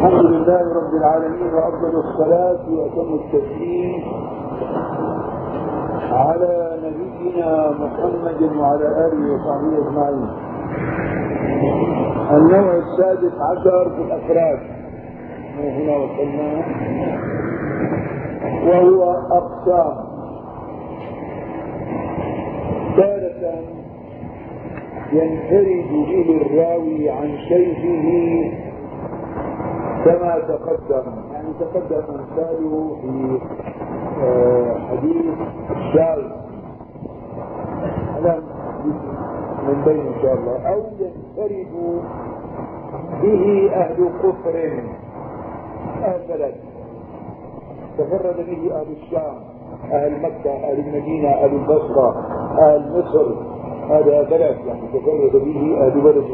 الحمد لله رب العالمين، وأفضل الصلاة وأتم التسليم على نبينا محمد وعلى آله وصحبه أجمعين. النوع السادس عشر في الأفراد هنا وصلنا، وهو أقسام. تارة ينفرد به الراوي عن شيخه كما تقدم، يعني تقدم مثاله في حديث الشاذ من بين ان شاء الله. او ينفرد به اهل كفر، اهل بلد، تفرد به اهل الشام، اهل مكه، اهل المدينه، اهل البصره، اهل مصر، هذا بلد يعني تفرد به اهل بلد،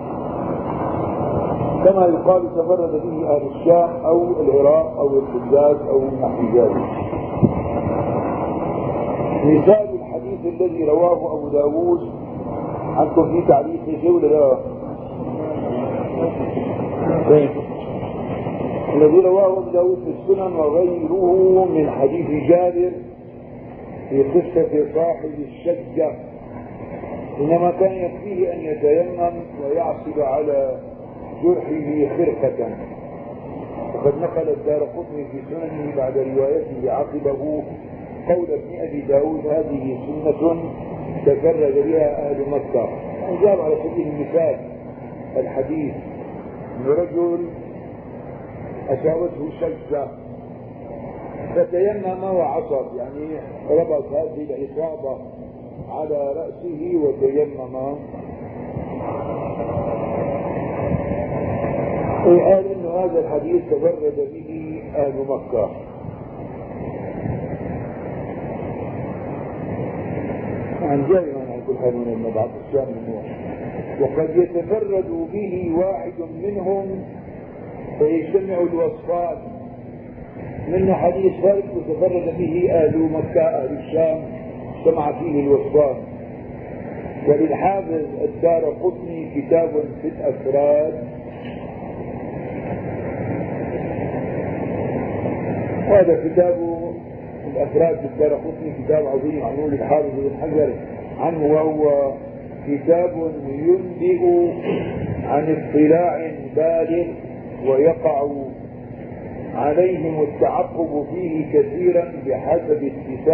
كما يقال تفرد به اهل الشام او العراق او الحجاز او نحو ذلك. مثال الحديث الذي رواه ابو داود، عندكم في تعليق شيء ولا لا؟ الذي رواه ابو داود في السنن وغيره من حديث جابر في قصة صاحب الشجة، إنما كان يكفيه أن يتيمم ويعصب على جرحه خرقة. وقد نقل الدارقطني في سننه بعد روايته عقبه قول ابن أبي داود: هذه سنة تفرد بها أهل مكة. جاب على سبيل المثال الحديث أن رجل أصابته شجة فتيمم وعصب، يعني ربط هذه الإصابة على رأسه وتيمم. قال انه هذا الحديث تفرد به اهل مكة. عن جاي عن كل حال من المبعث الشام منه، وقد يتفرد به واحد منهم فيجتمع الوصفان، منه حديث فرد وتفرد به اهل مكة اهل الشام اجتمع فيه الوصفان. وللحافظ الدارقطني كتاب في الافراد، وهذا كتاب الافراد الدارقطني كتاب عظيم عنه للحافظ ابن حجر عنه، وهو كتاب ينبئ عن اطلاع بالغ ويقع عليهم التعقب فيه كثيرا بحسب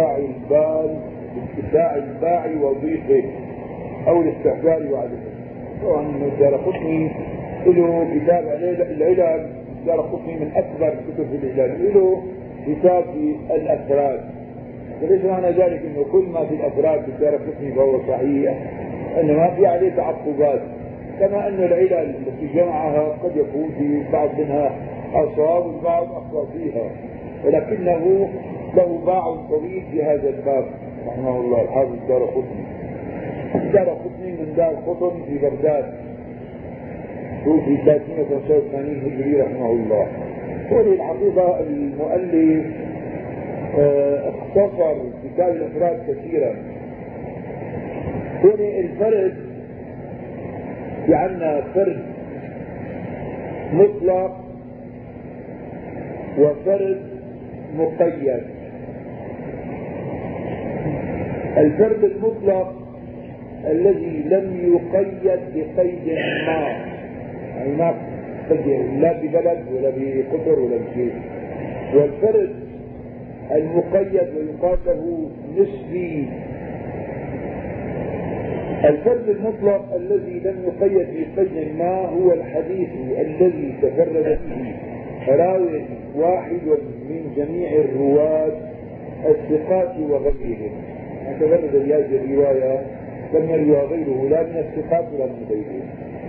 اتساع الباع وضيقه او الاستحجار وعدمه. طبعا الدارقطني له كتاب العلل، الدارقطني من اكبر كتب العلل، له كتاب في الافراد. وليس معنى ذلك انه كل ما في الافراد في الدارقطني فهو صحيح، انما في عليه تعقبات، كما ان العلل التي جمعها قد يكون في بعض منها اصاب والبعض اخطا فيها، ولكنه له باع طويل في هذا الباب رحمه الله الحافظ الدارقطني. الدارقطني من دار قطن في بغداد توفي 385 هجري رحمه الله. وللحقيقة المؤلف اختصر كتاب الافراد كثيرا. الفرد في عندنا فرد مطلق وفرد مقيد. الفرد المطلق الذي لم يقيد بقيد ما، يعني ما قيد لا ببلد ولا بقطر ولا بشيء. والفرد المقيد ويقال له نسبي. الفرد المطلق الذي لم يقيد بقيد ما هو الحديث الذي تفرد به راوي واحد من جميع الرواة الثقات وغيرهم، تفرد بهذه الرواية لم يروى غيره لا من الثقات ولا من غيرهم.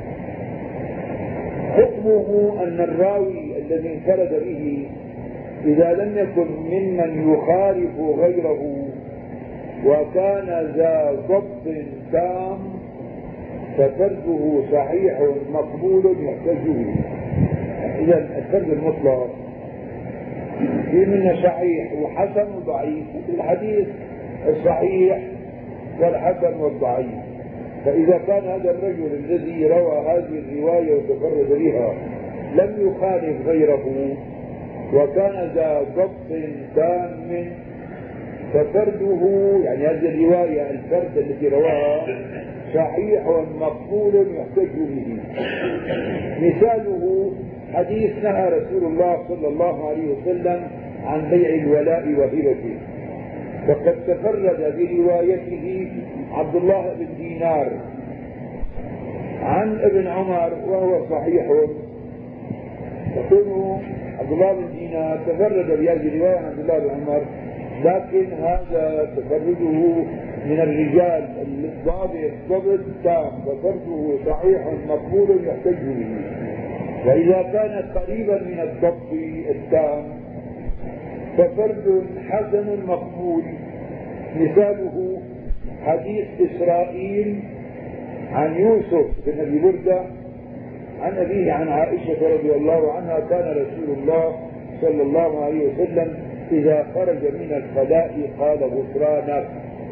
حكمه أن الراوي الذي انفرد به إذا لم يكن ممن يخالف غيره وكان ذا ضبط تام ففرده صحيح مقبول يحتج به. إذا الفرد المطلق في منه صحيح وحسن وضعيف، الحديث الصحيح والحسن والضعيف. فإذا كان هذا الرجل الذي روى هذه الرواية وتفرد بها لم يخالف غيره وكان ذا ضبط تام، ففرده يعني هذه الرواية الفرد التي رواها صحيح مقبول يحتج به. مثاله حديث نهى رسول الله صلى الله عليه وسلم عن بيع الولاء وهبته، فقد تفرد بروايته عبد الله بن دينار عن ابن عمر وهو صحيح. يكون عبد الله بن دينار تفرد بهذه الرواية عن عبد الله بن عمر، لكن هذا تفرده من الرجال الضابط تام، وفرده صحيح مقبول يحتج به. وإذا كان قريبا من الضبط التام ففرد حسن مقبول. مثاله حديث إسرائيل عن يوسف بن أبي بردة عن أبيه عن عائشة رضي الله عنها: كان رسول الله صلى الله عليه وسلم إذا خرج من الخلاء قال غفرانك.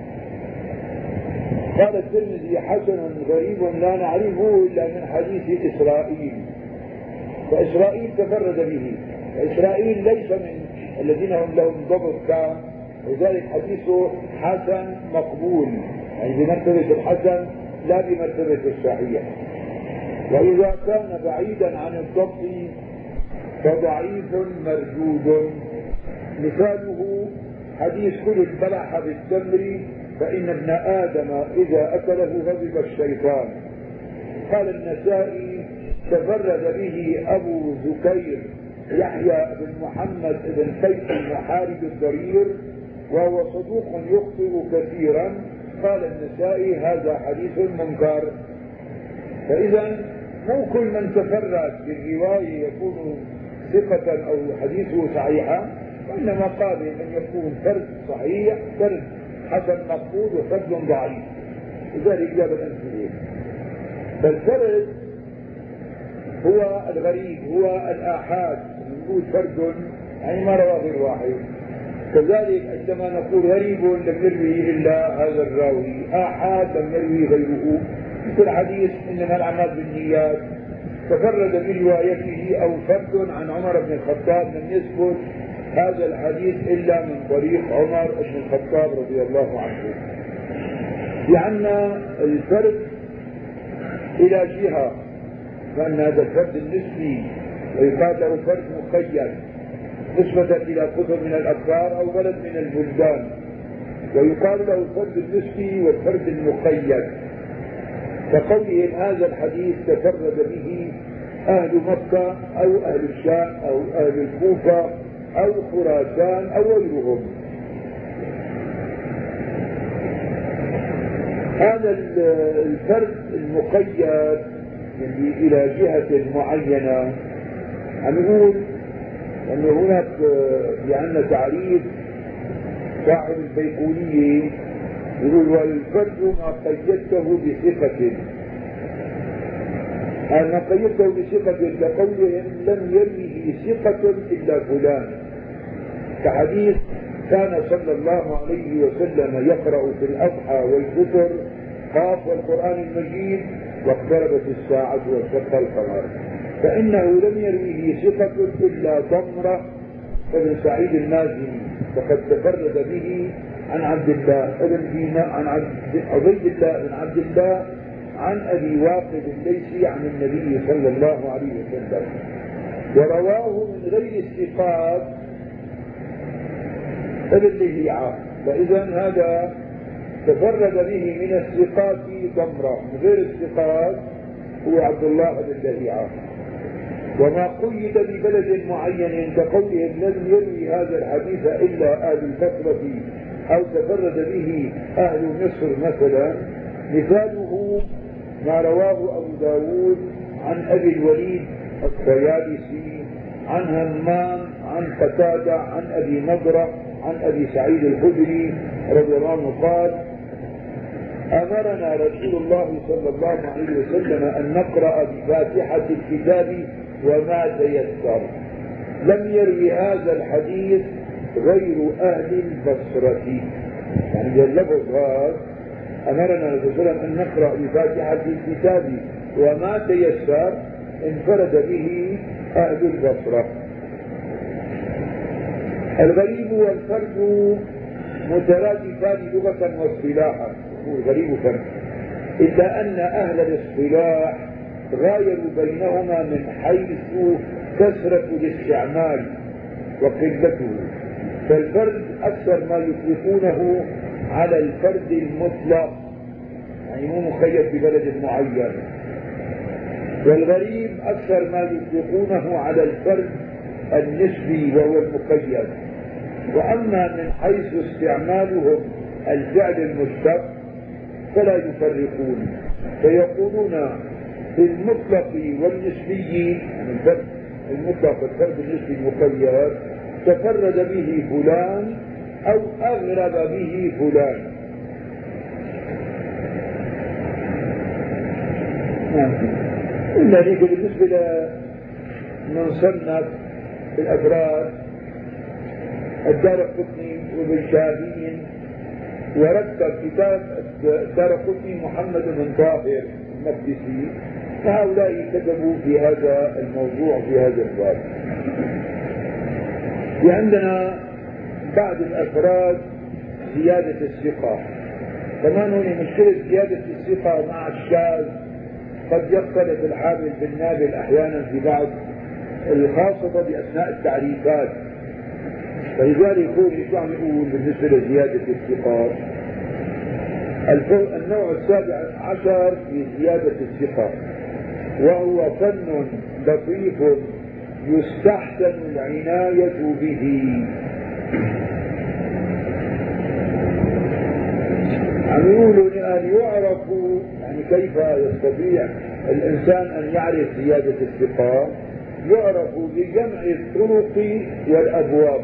قال الترمذي: حسن غريب لا نعرفه إلا من حديث إسرائيل. فإسرائيل تفرد به، وإسرائيل ليس من الذين هم لهم ضبط تام، لذلك حديثه حسن مقبول، يعني بمرتبة الحسن لا بمرتبة الصحيح. وإذا كان بعيدا عن الضبط فضعيف مردود. مثاله حديث: كل البلح بالتمر فإن ابن آدم إذا أكله غضب الشيطان. قال النسائي: تفرد به أبو زكير يحيى بن محمد بن قيس المحارب الضرير وهو صدوق يخطئ كثيرا. قال النسائي: هذا حديث منكر. فإذا مو كل من تفرد بالرواية يكون ثقة أو حديثه صحيحا، وإنما قابل أن يكون فرد صحيح، فرد حسن مقبول، وفرد ضعيف. لذلك جاب الأمثلة. فالفرد هو الغريب، هو الآحاد، نقول فرد يعني ما رواه غير واحد. كذلك عندما نقول غريب لم يروي إلا هذا الراوي، آحاد لم يروي غيره. مثل حديث إنما الأعمال بالنيات تفرد بروايته أو فرد عن عمر بن الخطاب لم يثبت هذا الحديث إلا من طريق عمر بن الخطاب رضي الله عنه. لأن الفرد إلى جهة، لأن هذا الفرد النسبي ويقال له فرد مقيد نسبة إلى كتب من الأفكار أو بلد من البلدان، ويقال له الفرد النسبي والفرد المقيد. كقولهم هذا الحديث تفرد به أهل مكة أو أهل الشام أو أهل الكوفة أو خراسان أو غيرهم. هذا الفرد المقيد إلى جهة معينة، عم يقول أن هناك لأن تعريف صاحب البيقونية يقول: والفرد ما قيدته بثقة. ما قيدته بثقة كقولهم لم يروه ثقة إلا فلان، كحديث كان صلى الله عليه وسلم يقرأ في الأضحى والفطر قاف والقرآن المجيد واقتربت الساعة وانشق القمر، فإنه لم يروه ثقة إلا ضمرة بن سعيد المازني، فقد تفرد به عن عبد الله بن عن عبيد الله بن عبد الله عن أبي واقد الليثي عن النبي صلى الله عليه وسلم، ورواه من غير الثقات ابن لهيعة. فإذا هذا تفرد به من الثقات ضمرة، من غير الثقات هو عبد الله بن لهيعة. وما قيد ببلد معين كقولهم لم يروي هذا الحديث إلا أهل البصرة أو تفرد به أهل مصر مثلا، مثاله ما رواه أبو داود عن أبي الوليد الطيالسي عن همام عن قتادة عن أبي نضرة عن أبي سعيد الخدري رضي الله عنه قال: أمرنا رسول الله صلى الله عليه وسلم أن نقرأ بفاتحة الكتاب وما تيسر. لم يروي هذا الحديث غير أهل البصرة. يعني اللفظ هذا أمرنا رسول الله أن نقرأ بفاتحة الكتاب وما تيسر انفرد به أهل البصرة. الغريب والفرد مترادفان لغة واصطلاحا، الغريب فرد، إلا أن أهل الاصطلاح غايروا بينهما من حيث كثرة الاستعمال وقلته. فالفرد أكثر ما يطلقونه على الفرد المطلق، يعني مو مخير في بلد معين، والغريب أكثر ما يطلقونه على الفرد النسبي وهو المقيد. وأما من حيث استعمالهم الفعل المشتق فلا يفرقون، فيقولون في المطلق والنسبي، يعني الفرد المطلق والفرد النسبي المقيد تفرد به فلان أو أغرب به فلان. ذلك بالنسبة لمنصنف الأفراد الدارقطني وابن شاهين، ورتب كتاب الدارقطني محمد بن طاهر المقدسي، فهؤلاء كتبوا في هذا الموضوع في هذا الباب. في عندنا بعض الأفراد زيادة الثقة، كمان هنا مشكلة زيادة الثقة مع الشاذ، قد يختلط العامل بالنابل أحيانا في بعض، الخاصة بأثناء التعريفات. فلذلك يقول شو عم يقول بالنسبة لزيادة الثقات؟ النوع السابع عشر في زيادة الثقة، وهو فن لطيف يستحسن العناية به. عم يقولوا أن يعرفوا، يعني كيف يستطيع الإنسان أن يعرف زيادة الثقة؟ يعرف بجمع الطرق والأبواب.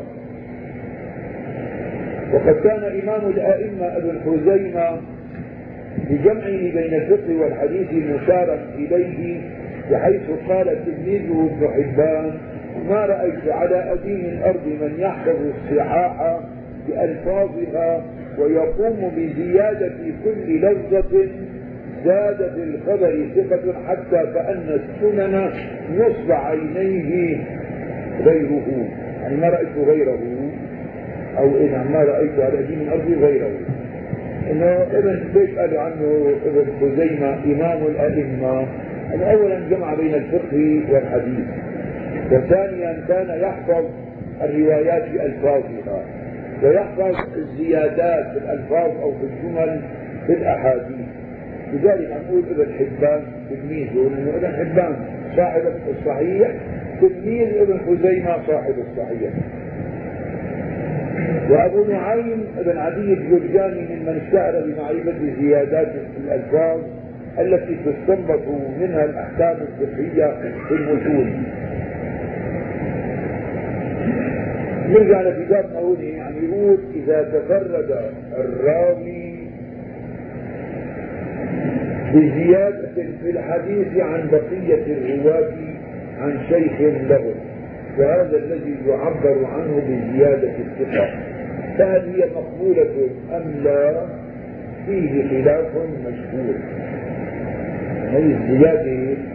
وقد كان إمام الأئمة ابن خزيمة بجمعه بين الفقه والحديث مشارا إليه، بحيث قال تلميذه ابن حبان: ما رأيت على أديم الأرض من يحفظ الصحاح بألفاظها ويقوم بزيادة كل لفظة زاد في الخبر ثقة، حتى كأن السنن نصب عينيه غيره. يعني ما رأيت غيره، أو ما رأيت على أديم الأرض غيره. إنه ابن ليش قالوا عنه ابن خزيمة إمام الأئمة؟ أولا جمع بين الفقه والحديث، وثانيا كان يحفظ الروايات بألفاظها، ويحفظ الزيادات في الألفاظ أو في الجمل في الأحاديث. لذلك نقول ابن حبان تلميذه، لأنه ابن حبان صاحب الصحيح تلميذ ابن خزيمة صاحب الصحيح. وأبو نعيم ابن عدي الجرجاني ممن اشتهر بمعرفة زيادات الألفاظ التي تستنبط منها الأحكام الفقهية في المتون. نرجع لكتاب هوني، يعني يقول: إذا تفرد الراوي بزيادة في الحديث عن بقية الرواة عن شيخ له، وهذا الذي يعبر عنه بزيادة الثقة، فهل هي مقبولة أم لا؟ فيه خلاف مشهور. هذه الزيادة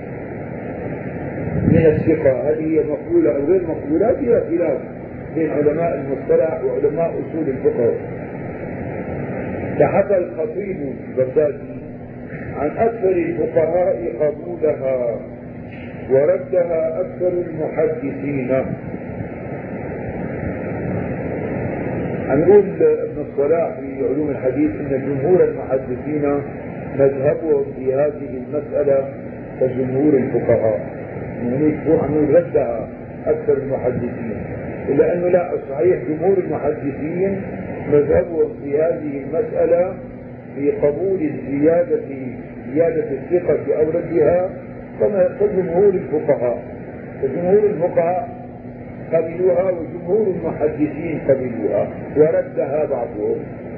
من الثقة هل هي مقبولة أو غير مقبولة؟ فيها خلاف بين علماء المصطلح وعلماء أصول الفقه. فحكى الخطيب البغدادي عن أكثر الفقهاء قبولها وردها أكثر المحدثين. نقول ابن الصلاح في علوم الحديث إن جمهور المحدثين مذهبهم في هذه المسألة كجمهور الفقهاء، يعني نقول ردها أكثر المحدثين، إلا أنه لا، الصحيح جمهور المحدثين مذهبهم في هذه المسألة في قبول زيادة الثقة أو ردها كجمهور الفقهاء. فجمهور الفقهاء قبلوها وجمهور المحدثين قبلوها وردها بعضهم.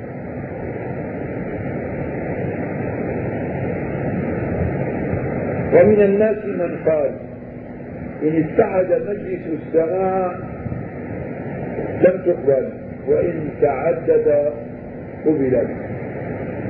ومن الناس من قال: إن اتحد مجلس السماع لم تقبل، وإن تعدد قبلت.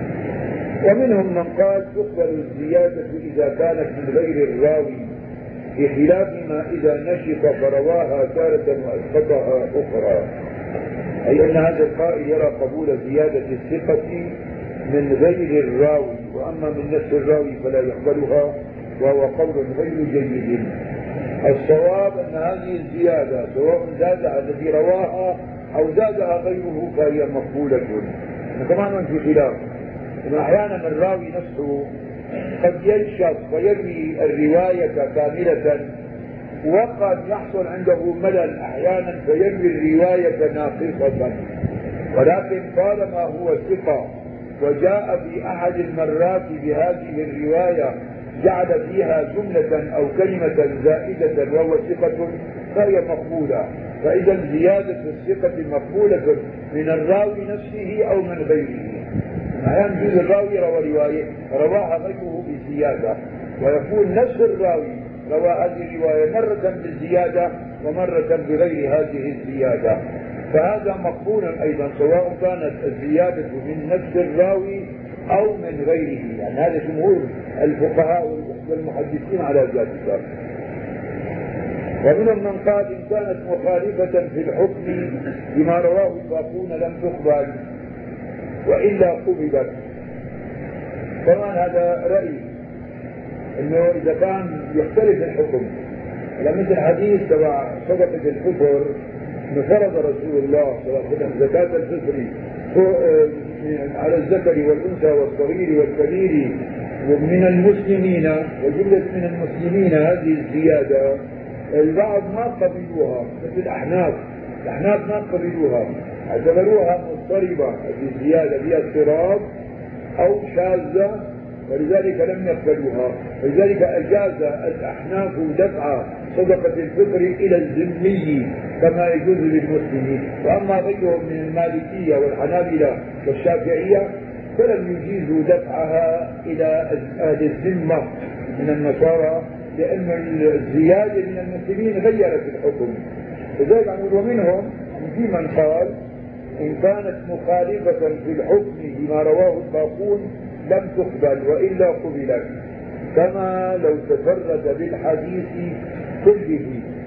ومنهم من قال: تقبل الزيادة إذا كانت من غير الراوي بخلاف ما إذا نشط فرواها تارة وأسقطها أخرى. أي أن هذا القائل يرى قبول زيادة الثقة من غير الراوي، وأما من نفس الراوي فلا يقبلها، وهو قول غير جيد. الصواب أن هذه الزيادة سواء زادها الذي رواها أو زادها غيره فهي مقبولة. كمان في خلاف إنه أحيانا الراوي نفسه قد ينشط ويروي الرواية كاملة، وقد يحصل عنده ملل أحيانا فيروي الرواية ناقصة، ولكن طالما هو ثقة وجاء في أحد المرات بهذه الرواية جعل فيها جملة أو كلمة زائدة وهو ثقة فهي مقبولة. فإذا زيادة الثقة مقبولة من الراوي نفسه أو من غيره. أحيانا يجوز الراوي روى رواية رواها غيره بزيادة، ويكون نفس الراوي روى هذه الرواية مرة بالزيادة ومرة بغير هذه الزيادة، فهذا مقبول أيضا سواء كانت الزيادة من نفس الراوي أو من غيره. يعني هذا جمهور الفقهاء والمحدثين على ذلك. ومنهم من قال إن كانت مخالفة في الحكم بما رواه الباقون لم تقبل وإلا قبلت. طبعا هذا رأي انه اذا كان يختلف الحكم، مثل حديث تبع صدقة الفطر انه فرض رسول الله صلى الله عليه وسلم زكاة الفطر على الذكر والانثى والصغير والكبير ومن المسلمين، وجملة من المسلمين هذه الزيادة البعض ما قبلوها، مثل الأحناف ما قبلوها، اعتبروها مضطربة، هذه الزيادة فيها اضطراب أو شاذة ولذلك لم يقبلوها. ولذلك أجاز الأحناف دفع صدقة الفطر إلى الذمي كما يجوز للمسلمين، وأما غيرهم من المالكية والحنابلة والشافعية فلم يجيزوا دفعها إلى أهل الذمة من النصارى، لأن الزيادة من المسلمين غيرت الحكم. لذلك ومنهم في من قال إن كانت مخالفة في الحكم بما رواه الباقون لم تقبل وإلا قبلت، كما لو تفرد بالحديث كله.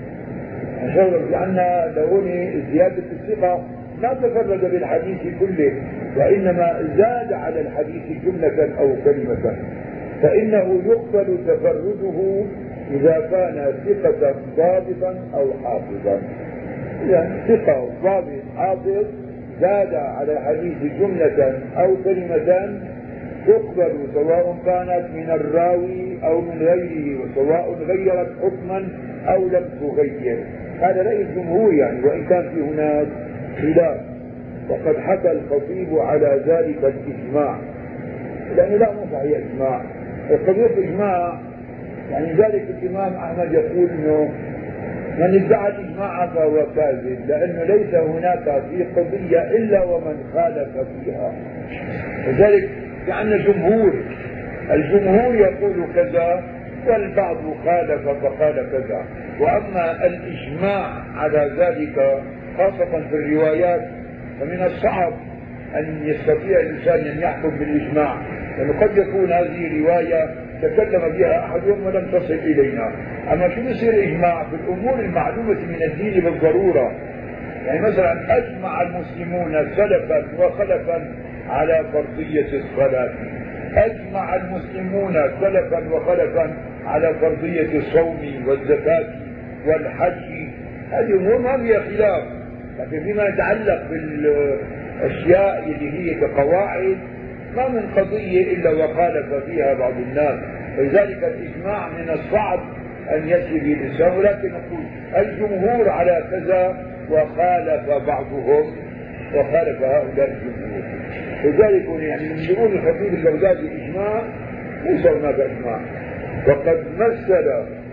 لأن لون زيادة الثقة ما تفرد بالحديث كله، وإنما زاد على الحديث جملة أو كلمة، فإنه يقبل تفرده إذا كان ثقة ضابطا أو حافظا. يعني ثقة ضابط حافظ زاد على الحديث جملة أو كلمة تقبل سواء كانت من الراوي أو من غيره، وسواء غيرت حكما أو لم تغير. هذا رأي الجمهور يعني، وإن كان في هناك خلاف. وقد حكى الخطيب على ذلك الإجماع، لأنه لا مو صحيح إجماع، القضية إجماع يعني. ذلك الإمام أحمد يقول إنه من ادعى الإجماع فهو كاذب، لأنه ليس هناك في قضية إلا ومن خالف فيها. لذلك لأن الجمهور يقول كذا والبعض خالف فقال كذا. وأما الإجماع على ذلك خاصة في الروايات فمن الصعب أن يستطيع الإنسان أن يحكم بالإجماع، لأنه قد يكون هذه رواية تكلم بها أحدهم ولم تصل إلينا. أما شو يصير إجماع في الأمور المعلومة من الدين بالضرورة؟ يعني مثلا أجمع المسلمون سلفا وخلفا على فرضية الصلاة، أجمع المسلمون سلفا وخلفا على فرضية الصوم والزكاة والحج. هذه أمور ما فيها خلاف، لكن فيما يتعلق بالأشياء اللي هي كقواعد ما من قضية إلا وخالف فيها بعض الناس، ولذلك الإجماع من الصعب أن يصل به الإنسان. ولكن نقول الجمهور على كذا وخالف بعضهم وخالف هؤلاء الجمهور. لذلك يعني من دون الخطيب البغدادي إجماع ليس هناك إجماع. وقد مثل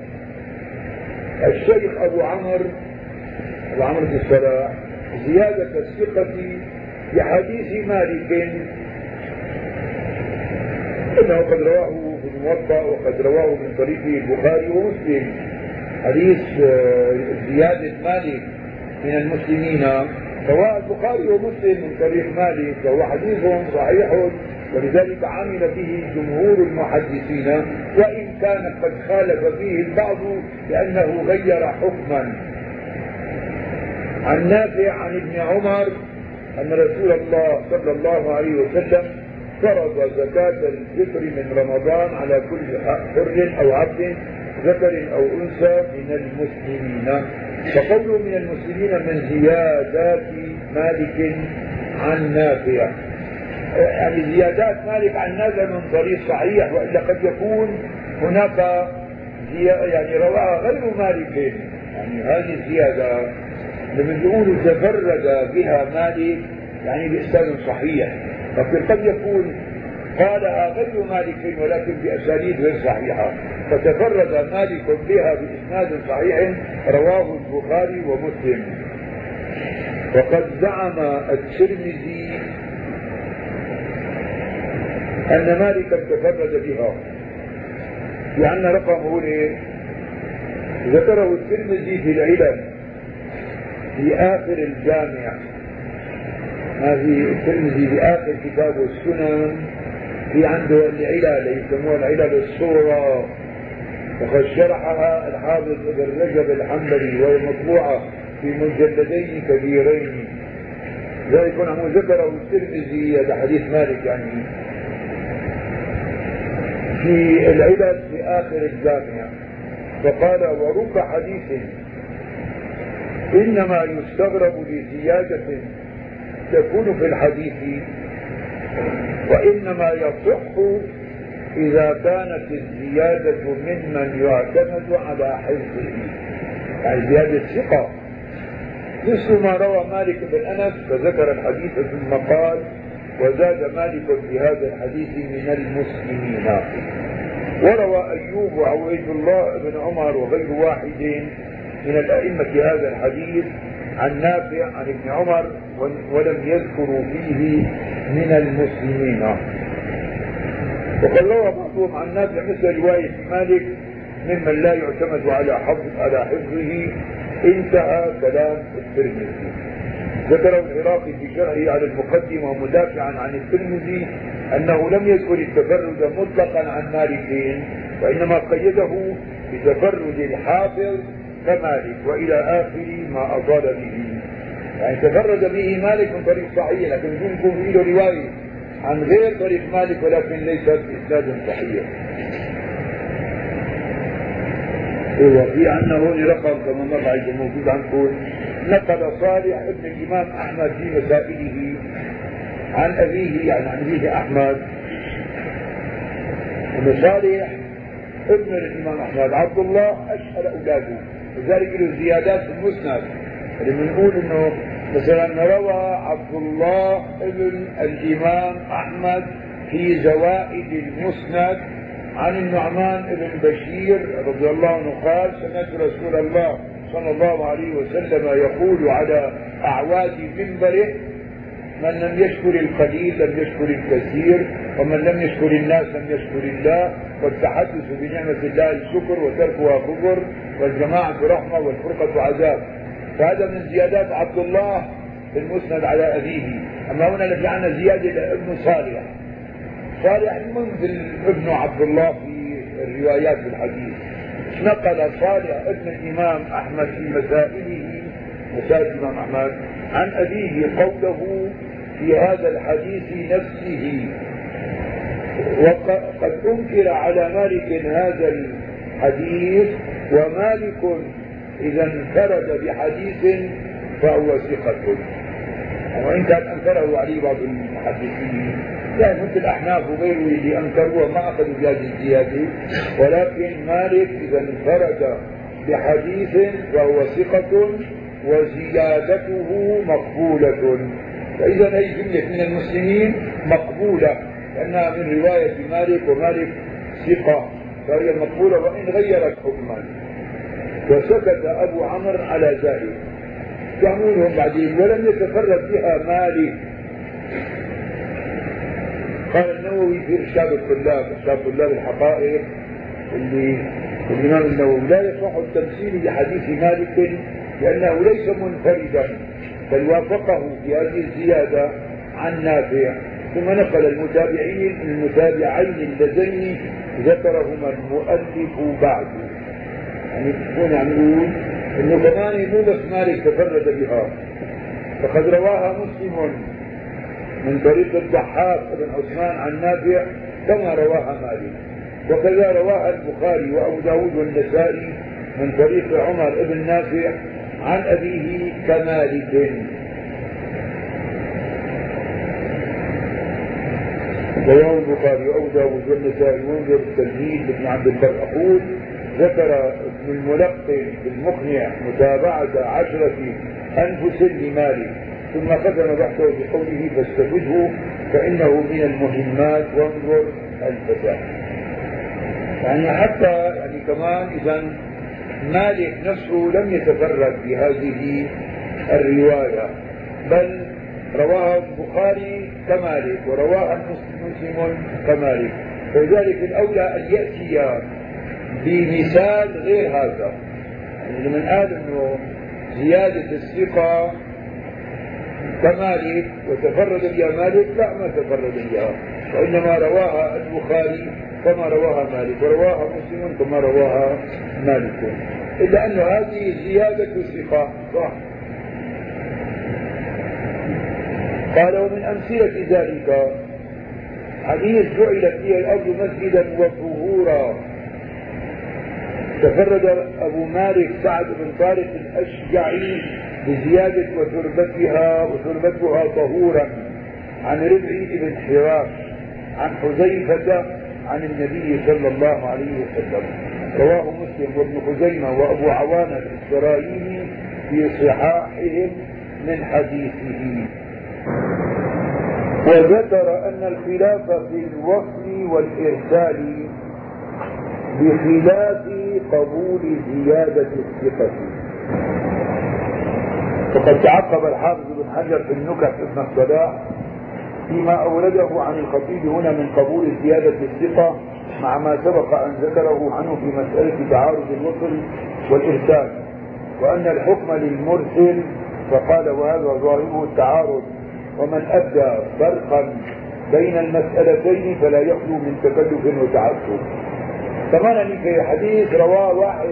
الشيخ أبو عمرو بن الصلاح زيادة الثقة في حديث مالك إنه قد رواه في الموطأ وقد رواه من طريق البخاري ومسلم. حديث زيادة مالك من المسلمين رواه البخاري ومسلم من طريق مالك، وهو حديث صحيح، ولذلك عمل به جمهور المحدثين، وإن كان قد خالف فيه البعض لأنه غير حكما. عن نافع عن ابن عمر أن رسول الله صلى الله عليه وسلم فرض زكاة الفطر من رمضان على كل حر أو عبد ذكر أو أنثى من المسلمين. فقوله من المسلمين من زيادات مالك عن نافع، يعني زيادات مالك عن نافع من طريق صحيح، وإلا قد يكون هناك يعني رواها غير مالك. يعني هذه الزيادة لما يقولوا تفرد بها مالك يعني بإسناد صحيح، لكن قد يكون قالها غير مالك ولكن بأسانيد غير صحيحة، فتفرد مالك بها بإسناد صحيح رواه البخاري ومسلم. وقد زعم الترمذي أن مالكا تفرد بها، لأن رقمه ذكره الترمذي في العلل في آخر الجامع. هذه الترمذي في آخر كتاب السنن في عنده العلل يسموها العلل الصغرى، وقد شرحها الحافظ ابن رجب الحنبلي وهي مطبوعة في مجلدين كبيرين. ذلك يكون ذكره الترمذي هذا حديث مالك يعني في العلل في آخر الجامع. فقال ورب حديث إنما يستغرب لزيادة تكون في الحديث، وإنما يصح إذا كانت الزيادة ممن يعتمد على حفظه، يعني زيادة ثقة، مثل ما روى مالك بن أنس فذكر الحديث ثم قال وزاد مالك في هذا الحديث من المسلمين. وروى أيوب وعبيد الله بن عمر وغير واحد من الأئمة هذا الحديث عن نافع عن ابن عمر ولم يذكروا فيه من المسلمين. وقد روى بعضهم عن نافع مثل رواية مالك ممن لا يعتمد على حفظه. انتهى كلام الترمذي. ذكره العراقي في شرحه على المقدمة مدافعا عن الترمذي أنه لم يذكر التفرد مطلقا عن مالك، وإنما قيده بتفرد الحافظ كمالك وإلى آخر ما أطال به. يعني تفرد به مالك من طريق صحيح، لكن يكون فيه رواية عن غير طريق مالك ولكن ليست إسناد صحيح. وفي عنه هون رقم كما مر عليه موجود عنكم. نقل صالح ابن الإمام أحمد في مسائله عن أبيه، يعني عن أبيه أحمد، أن صالح ابن الإمام أحمد عبد الله أشهر أولاده، لذلك له زيادات في المسند. اللي بنقول إنه مثلا روى عبد الله ابن الإمام أحمد في زوائد المسند عن النعمان بن بشير رضي الله عنه قال سمعت رسول الله صلى الله عليه وسلم يقول على أعواد منبره من لم يشكر القليل لم يشكر الكثير، ومن لم يشكر الناس لم يشكر الله، والتحدث بنعمة الله الشكر وتركها كفر، والجماعة رحمة والفرقة عذاب. فهذا من زيادات عبد الله في المسند على أبيه. أما هنا نجي عنا زيادة ابن صالح. صالح منزل ابن عبد الله في الروايات الحديث. نقل صالح ابن الإمام أحمد في مسائله مسائل الإمام أحمد عن أبيه قوله في هذا الحديث نفسه. وقد أنكر على مالك هذا الحديث، ومالك إذا انفرد بحديث فهو ثقة، وإن كان أنكره عليه بعض المحدثين يعني مثل الأحناف وغيره اللي أنكروه ما أخذوا بهذه الزيادة، ولكن مالك إذا انفرد بحديث فهو ثقة وزيادته مقبولة. فإذا أي جملة من المسلمين مقبولة لأنها من رواية مالك، ومالك ثقة فهي مقبولة وإن غيرت حكما. وسكت أبو عمرو على ذلك يعملهم بعدين ولم يتفرد بها مالك. قال النووي في إرشاد الطلاب الحقائق اللي الإمام النووي لا يصح التمثيل بحديث مالك لأنه ليس منفردا، بل وافقه في هذه الزيادة عن نافع ثم نقل المتابعين اللذين ذكرهما المؤلف بعد. يعني هون عم يقول انه كمان مو بس مالك تفرد بها، فقد رواها مسلم من طريق الضحاك بن عثمان عن نافع كما رواها مالك، وكذا رواها البخاري وابو داود والنسائي من طريق عمر بن نافع عن ابيه كمالك. رواه البخاري وابو داود والنسائي وانظر التلميذ ابن عبد البر. اقول ذكر ابن الملقن بالمقنع متابعة 10 أنفس لمالك، ثم ختم بحثه بقوله فاستفده فإنه من المهمات وانظر الفتاة. يعني حتى كمان إذا مالك نفسه لم يتفرد بهذه الرواية، بل رواها البخاري كمالك ورواها مسلم كمالك، فلذلك الأولى أن يأتي بمثال غير هذا. يعني لمن قال انه زيادة الثقة كمالك وتفرد بها مالك، لا ما تفرد بها، وإنما رواها البخاري كما رواها مالك ورواها مسلم كما رواها مالك، إلا أن هذه زيادة الثقة صح. قال ومن أمثلة ذلك حديث جعلت لي الأرض مسجدا وطهورا، تفرد أبو مالك سعد بن طارق الأشجعي بزيادة وتربتها طهورا عن ربعي بن حراش عن حذيفة عن النبي صلى الله عليه وسلم. رواه مسلم وابن خزيمة وأبو عوانة الإسرائيلي في صحاحهم من حديثه. وذكر أن الخلاف في الوصل والإرسال بخلاف قبول زيادة الثقة. وقد تعقب الحافظ بن حجر في النكت ابن الصلاح فيما أورده عن الخطيب هنا من قبول زيادة الثقة مع ما سبق أن ذكره عنه في مسألة تعارض الوصل والإرسال، وأن الحكم للمرسل، فقال وهذا ظاهره التعارض، ومن أبدى فرقا بين المسألتين فلا يخلو من تكلف وتعسف. كمان في حديث رواه واحد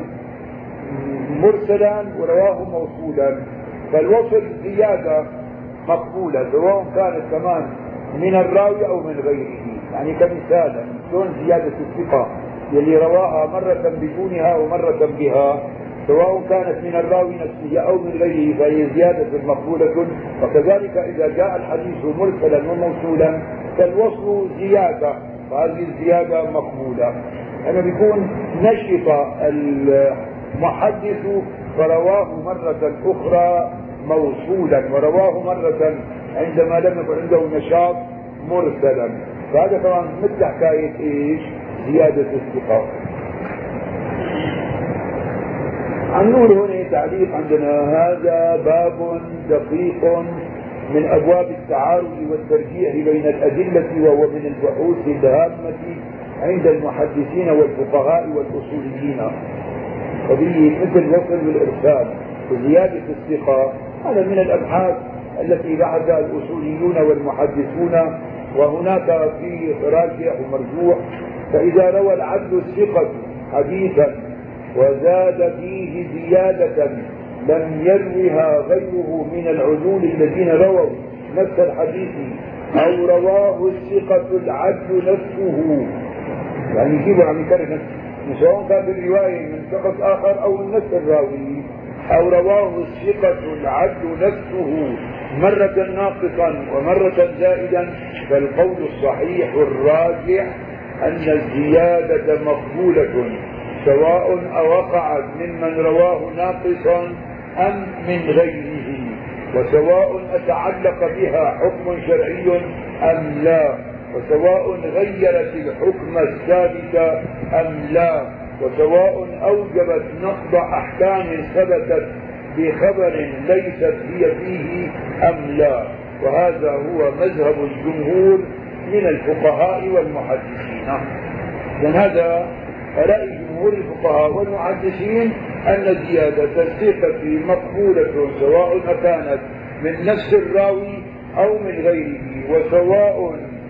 مرسلا ورواه موصولا، فالوصل زيادة مقبولة سواء كانت كمان من الراوي أو من غيره. يعني كمثال شلون زيادة الثقة يلي رواها مرة بدونها ومرة بها، سواء كانت من الراوي نفسه أو من غيره فهي زيادة مقبولة. وكذلك إذا جاء الحديث مرسلا وموصولا فالوصل زيادة، فهذه الزيادة مقبولة. أنا بيكون نشط المحدث فرواه مرة أخرى موصولا، ورواه مرة عندما لم يكن عنده نشاط مرسلا، فهذا طبعا مثل حكاية ايش؟ زيادة الثقة. عم نقول هنا تعليق عندنا: هذا باب دقيق من أبواب التعارض والترجيح بين الأدلة، وهو من البحوث الهامة عند المحدثين والفقهاء والأصوليين. قضية مثل الوصل والإرسال وزيادة الثقة هذا من الأبحاث التي بحثها الأصوليون والمحدثون، وهناك في راجح ومرجوح. فإذا روى العدل الثقة حديثا وزاد فيه زيادة لم يروها غيره من العدول الذين رووا نفس الحديث، أو رواه الثقة العدل نفسه، يعني يجيبوا عم يكرر سواء كان بالرواية من شخص آخر أو من نفس الراوي، أو رواه الثقة العدل نفسه مرة ناقصا ومرة زائدا، فالقول الصحيح الراجح أن الزيادة مقبولة سواء أوقعت ممن رواه ناقصا أم من غيره، وسواء أتعلق بها حكم شرعي أم لا، وسواء غيرت الحكم الثابت أم لا، وسواء أوجبت نقض أحكام ثبتت بخبر ليست هي فيه أم لا. وهذا هو مذهب الجمهور من الفقهاء والمحدثين. إذن هذا رأي جمهور الفقهاء والمحدثين أن زيادة الثقة مقبولة سواء كانت من نفس الراوي أو من غيره، وسواء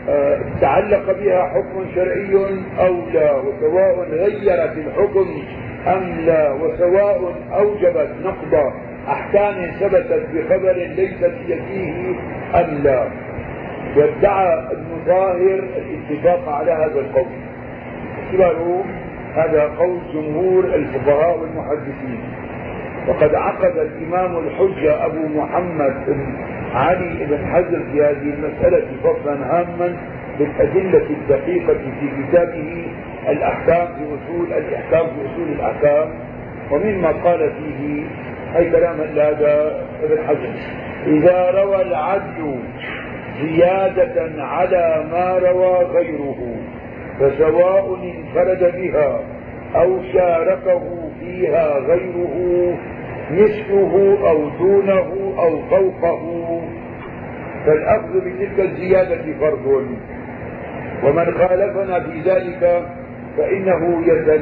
تعلق بها حكم شرعي أو لا، وسواء غيرت الحكم أم لا، وسواء أوجبت نقض أحكام ثبتت بخبر ليست هي فيه أم لا. وادعى ابن ظاهر الاتفاق على هذا القول. اعتبروا هذا قول جمهور الفقهاء والمحدثين. وقد عقد الإمام الحجة أبو محمد بن علي بن حزم في هذه المسألة فصلا هاما بالأدلة الدقيقة في كتابه الأحكام في أصول الأحكام. ومما قال فيه أي كلام هذا ابن حزم: إذا روى العدل زيادة على ما روى غيره فسواء انفرد بها أو شاركه فيها غيره مثله أو دونه أو فوقه، فالأخذ بتلك الزيادة فرض، ومن خالفنا في ذلك فإنه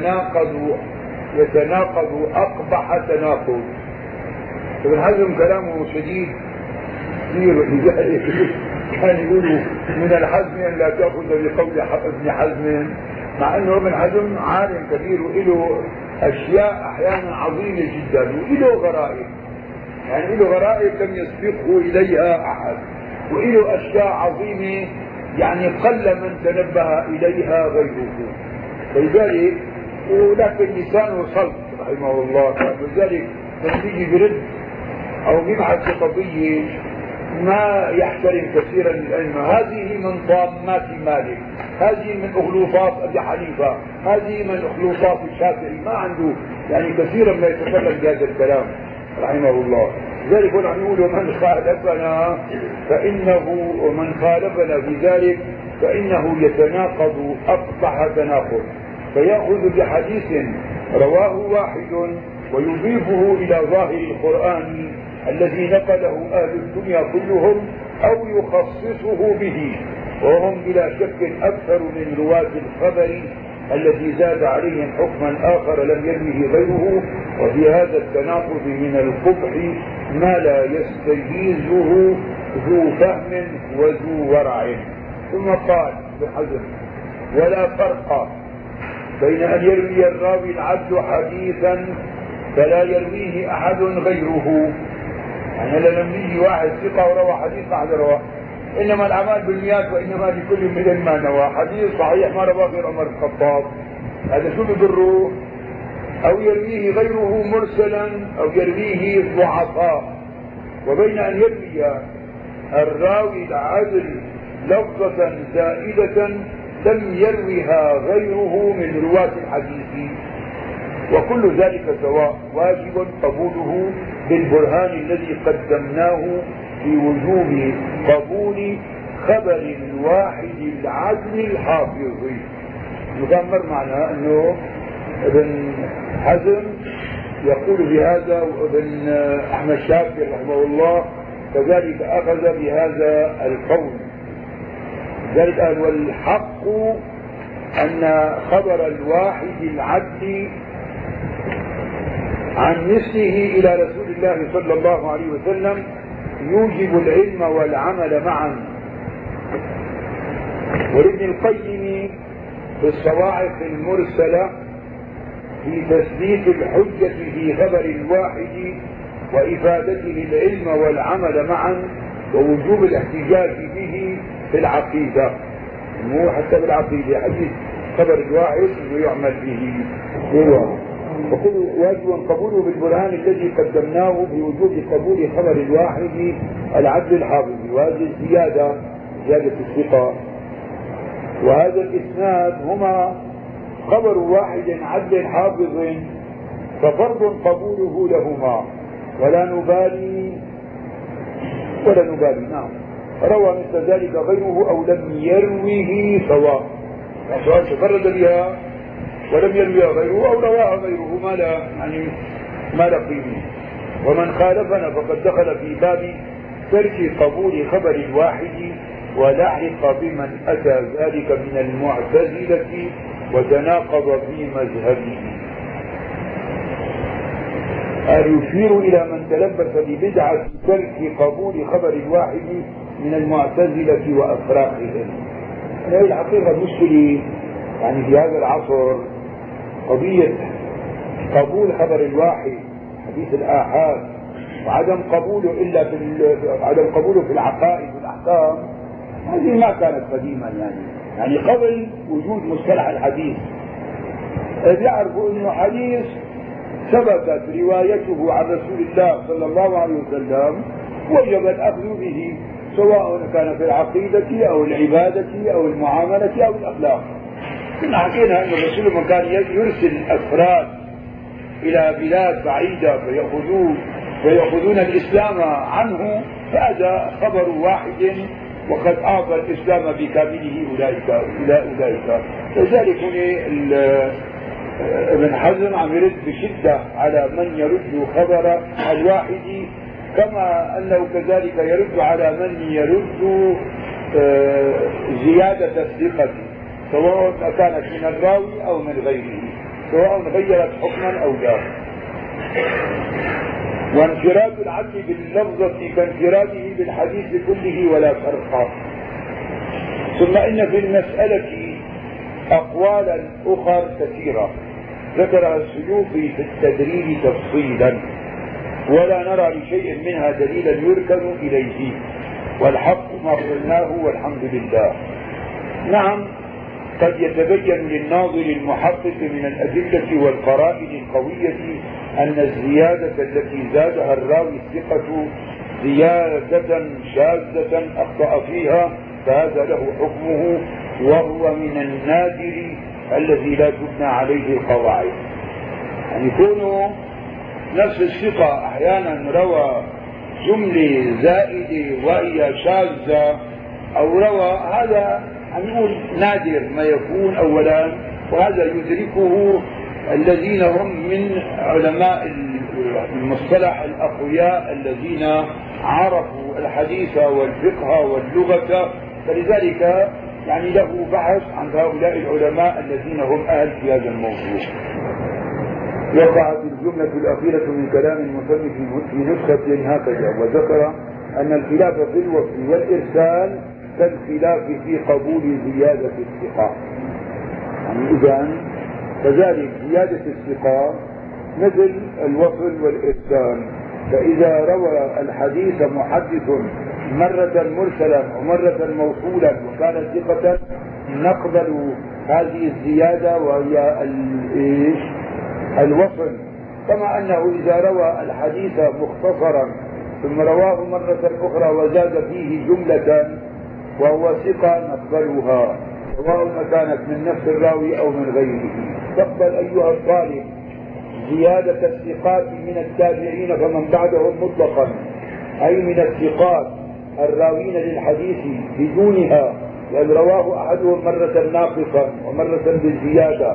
يتناقض أقبح تناقض. ابن حزم كلامه شديد في ذلك. كان يقولوا من الحزم أن لا تأخذ بقول ابن حزم، مع أنه ابن حزم عالم كبير وله أشياء أحيانا عظيمة جدا وله غرائب، يعني له غرائب لم يسبقه إليها أحد، وله أشياء عظيمة يعني قل من تنبه إليها غيره. لذلك ولكن لسانه صلب رحمه الله، ولذلك لما يجي برد أو يبحث في قضية ما يحترم كثيرا العلم. هذه من طامات مالك، هذه من أخلوصات أبي حنيفة، هذه من أخلوصات الشافعي، ما عنده يعني كثيرا ما يتكلم بهذا الكلام رحمه الله. لذلك نحن نقول ومن خالفنا في ذلك فإنه يتناقض أقبح تناقض، فيأخذ بحديث رواه واحد ويضيفه إلى ظاهر القرآن الذي نقله أهل الدنيا كلهم أو يخصصه به، وهم بلا شك أكثر من رواة الخبر الذي زاد عليهم حكما آخر لم يروه غيره. وفي هذا التناقض من القبح ما لا يستجيزه ذو فهم وذو ورع. ثم قال ابن حزم: ولا فرق بين أن يروي الراوي العبد حديثا فلا يرويه أحد غيره. يعني لما يجي واحد ثقة وروى حديث ما حد رواه، إنما الأعمال بالنيات وإنما لكل امرئ ما نوى. حديث صحيح ما رواه غير عمر بن الخطاب، هذا شو بضره؟ أو يرويه غيره مرسلا أو يرويه ضعفاء. وبين أن يروي الراوي العدل لفظة زائدة لم يروها غيره من رواة الحديث، وكل ذلك سواء، واجب قبوله بالبرهان الذي قدمناه في وجوب قبول خبر الواحد العدل الحافظ. مر معنا أنه ابن حزم يقول بهذا، وابن أحمد شاكر رحمه الله كذلك أخذ بهذا القول. ذلك قال: والحق أن خبر الواحد العدل عن مثله إلى رسول الله صلى الله عليه وسلم يوجب العلم والعمل معا. ولابن القيم في الصواعق المرسلة في تثبيت الحجة في خبر الواحد وإفادته العلم والعمل معا ووجوب الاحتجاج به في العقيدة، مو حتى بالعقيدة، حديث خبر الواحد ويعمل به. وكل واجب قبوله بالبرهان الذي قدمناه بوجوب قبول خبر الواحد العدل الحافظ، وهذه زيادة الثقة. وهذا الإسناد هما خبر واحد عدل حافظ، ففرض قبوله لهما ولا نبالي. نعم، روى مثل ذلك غيره أو لم يروه سواء، سواء تفرد بها ولم يروها غيره أو رواها غيره ما لا قيمة. ومن خالفنا فقد دخل في باب ترك قبول خبر الواحد ولحق بمن أتى ذلك من المعتزلة وتناقض في مذهبه. يشير إلى من تلبس ببدعة ترك قبول خبر الواحد من المعتزلة وأفراقهم. هي الحقيقة المشكلة يعني في هذا العصر قضية قبول خبر الواحد حديث الآحاد وعدم قبوله عدم قبوله في العقائد والأحكام. هذه ما كانت قديما يعني قبل وجود مصطلح الحديث يعرفوا انه حديث ثبتت روايته عن رسول الله صلى الله عليه وسلم وجب الاخذ به سواء كان في العقيدة او العبادة او المعاملة او الاخلاق. كنا حكينا ان الرسول من كان يرسل افراد الى بلاد بعيدة فيأخذون الاسلام عنه، هذا خبر واحد وقد أعطى الإسلام بكامله أولئك. لذلك ابن حزم عم يرد بشدة على من يرد خبر الواحد، كما أنه كذلك يرد على من يرد زيادة الثقة سواء كانت من الراوي أو من غيره، سواء غيرت حكما أو لا. وانفراد العدل باللفظة كانفراده بالحديث كله ولا فرق. ثم إن في المسألة أقوالا أخرى كثيرة ذكرها السيوطي في التدريب تفصيلا، ولا نرى لشيء منها دليلا يركن إليه، والحق ما قلناه والحمد لله. نعم، قد يتبين للناظر المحقق من الأدلة والقرائن القوية أن الزيادة التي زادها الراوي الثقة زيادة شاذة أخطأ فيها، فهذا له حكمه، وهو من النادر الذي لا تبنى عليه القواعد. يعني يكون نفس الثقة أحيانا روى جملة زائدة وهي شاذة أو روى، هذا نقول نادر ما يكون أولا، وهذا يدركه الذين هم من علماء المصطلح الأقوياء الذين عرفوا الحديث والفقه واللغة، فلذلك يعني له بحث عن هؤلاء العلماء الذين هم أهل في هذا الموضوع. وقعت الجملة الأخيرة من كلام المصنف في نسخة هكذا، وذكر أن الخلاف في الوصف والإرسال كالخلاف في قبول زيادة الثقة. يعني إذن كذلك زيادة الثقة مثل الوصل والإرسال، فإذا روى الحديث محدث مرة مرسلا ومرة موصولا وكان ثقة نقبل هذه الزيادة وهي الوصل، كما أنه إذا روى الحديث مختصرا ثم رواه مرة أخرى وزاد فيه جملة وهو ثقة نقبلها سواء كانت من نفس الراوي أو من غيره. تقبل أيها الطالب زيادة الثقات من التابعين فمن بعدهم مطلقا، أي من الثقات الراوين للحديث بدونها، لأن رواه أحدهم مرة ناقصا ومرة بالزيادة،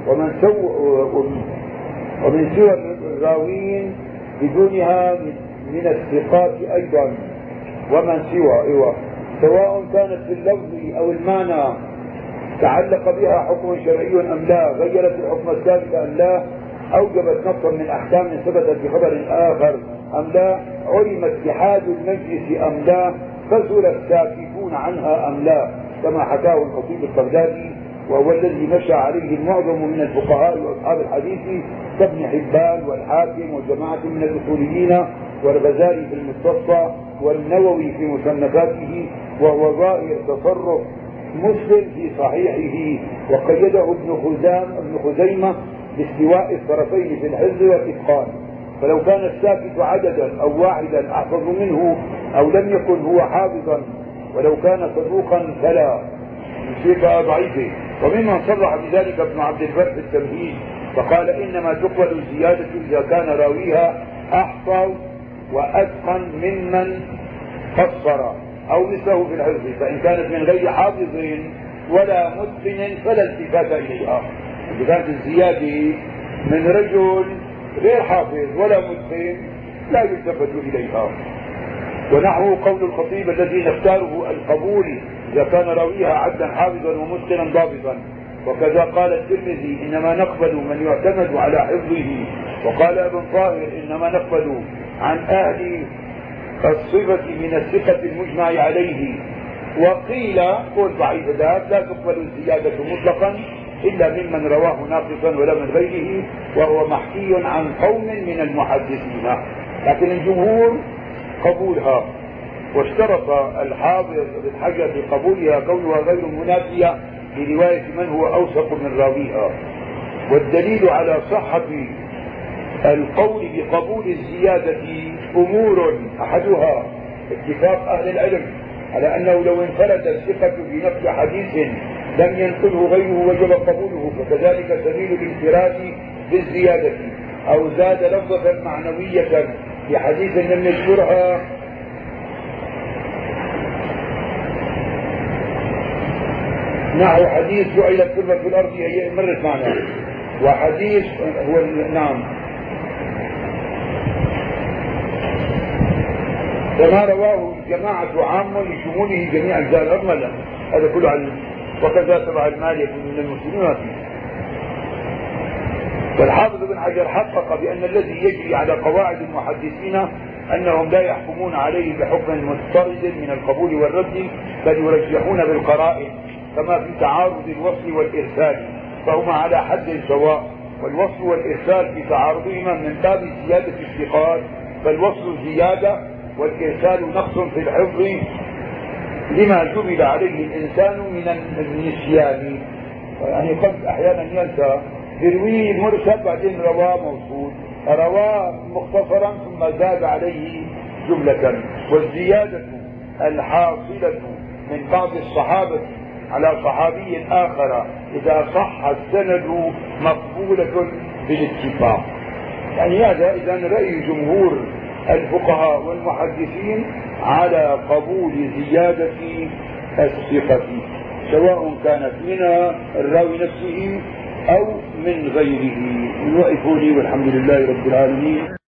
ومن سوى الراوين بدونها من الثقات أيضا ومن سوى سواء كانت في اللفظ أو المعنى تعلق بها حكم شرعي أم لا، غيرت الحكم الثابت أم لا، أوجبت نصا من أحكام ثبتت بخبر آخر أم لا، علم اتحاد المجلس أم لا، كثر الساكتون عنها أم لا، كما حكاه الخطيب البغدادي وهو الذي مشى عليه المعظم من الفقهاء وأصحاب الحديث كابن حبان والحاكم وجماعة من الأصوليين والغزالي في المستصفى والنووي في مصنفاته، وهو ظاهر تصرف مسلم في صحيحه، وقيده ابن خزيمة باستواء الطرفين في الحفظ والإتقان، فلو كان الساكت عددا أو واحدا أحفظ منه أو لم يكن هو حافظا، ولو كان صدوقا فلا، شيء ضعيفه. وممن صرح بذلك ابن عبد البر في التمهيد فقال إنما تقبل الزيادة إذا كان راويها أحفظ وأتقن ممن قصر أو مثله في الحفظ، فإن كانت من غير حافظ ولا متقن فلا التفات إليها. إذا كانت الزيادة من رجل غير حافظ ولا متقن لا يلتفت إليها. ونحو قول الخطيب الذي نختاره القبول إذا كان راويها عبدا حافظا ومتقنا ضابطا، وكذا قال الترمذي إنما نقبل من يعتمد على حفظه، وقال ابن طاهر إنما نقبل عن أهل الصفة من الثقة المجمع عليه، وقيل قول ضعيف ذات لا تقبل الزيادة مطلقا إلا ممن رواه ناقصا ولا من غيره، وهو محكي عن قوم من المحدثين، لكن الجمهور قبولها. واشترط الحافظ بن حجر في قبولها كونها غير منافية لرواية من هو أوثق من راويها. والدليل على صحة القول بقبول الزيادة أمور، أحدها اتفاق أهل العلم على أنه لو انفرد الثقة بنقل حديث لم ينقله غيره وجب قبوله، فكذلك سبيل الانفراد بالزيادة، أو زاد لفظة معنوية في حديث لم يذكرها نحو حديث جعلت كلمة في الأرض هي مرت معنا، وحديث هو نعم كما رواه الجماعة عام لشموله جميع أجزاء الأرض، هذا كله علم. وكذا تبع المال يكون من المسلمين فيه. فالحافظ بن حجر حقق بأن الذي يجري على قواعد المحدثين أنهم لا يحكمون عليه بحكم مضطرد من القبول والرد، بل يرجحون بالقرائن، كما في تعارض الوصل والإرسال فهما على حد سواء، والوصل والإرسال في تعارضهما من باب زيادة الثقات، فالوصل زيادة والإرسال نقص في الحفظ لما جبل عليه الإنسان من النسيان. يعني قد أحيانا ينسى يرويه المرسل بعدين رواه موصول، رواه مختصرا ثم زاد عليه جملة. والزيادة الحاصلة من بعض الصحابة على صحابي آخر إذا صح السند مقبولة بالاتفاق. يعني هذا إذا رأي جمهور الفقهاء والمحدثين على قبول زيادة الثقة، سواء كانت من الراوي نفسه أو من غيره. وقفوا لي والحمد لله رب العالمين.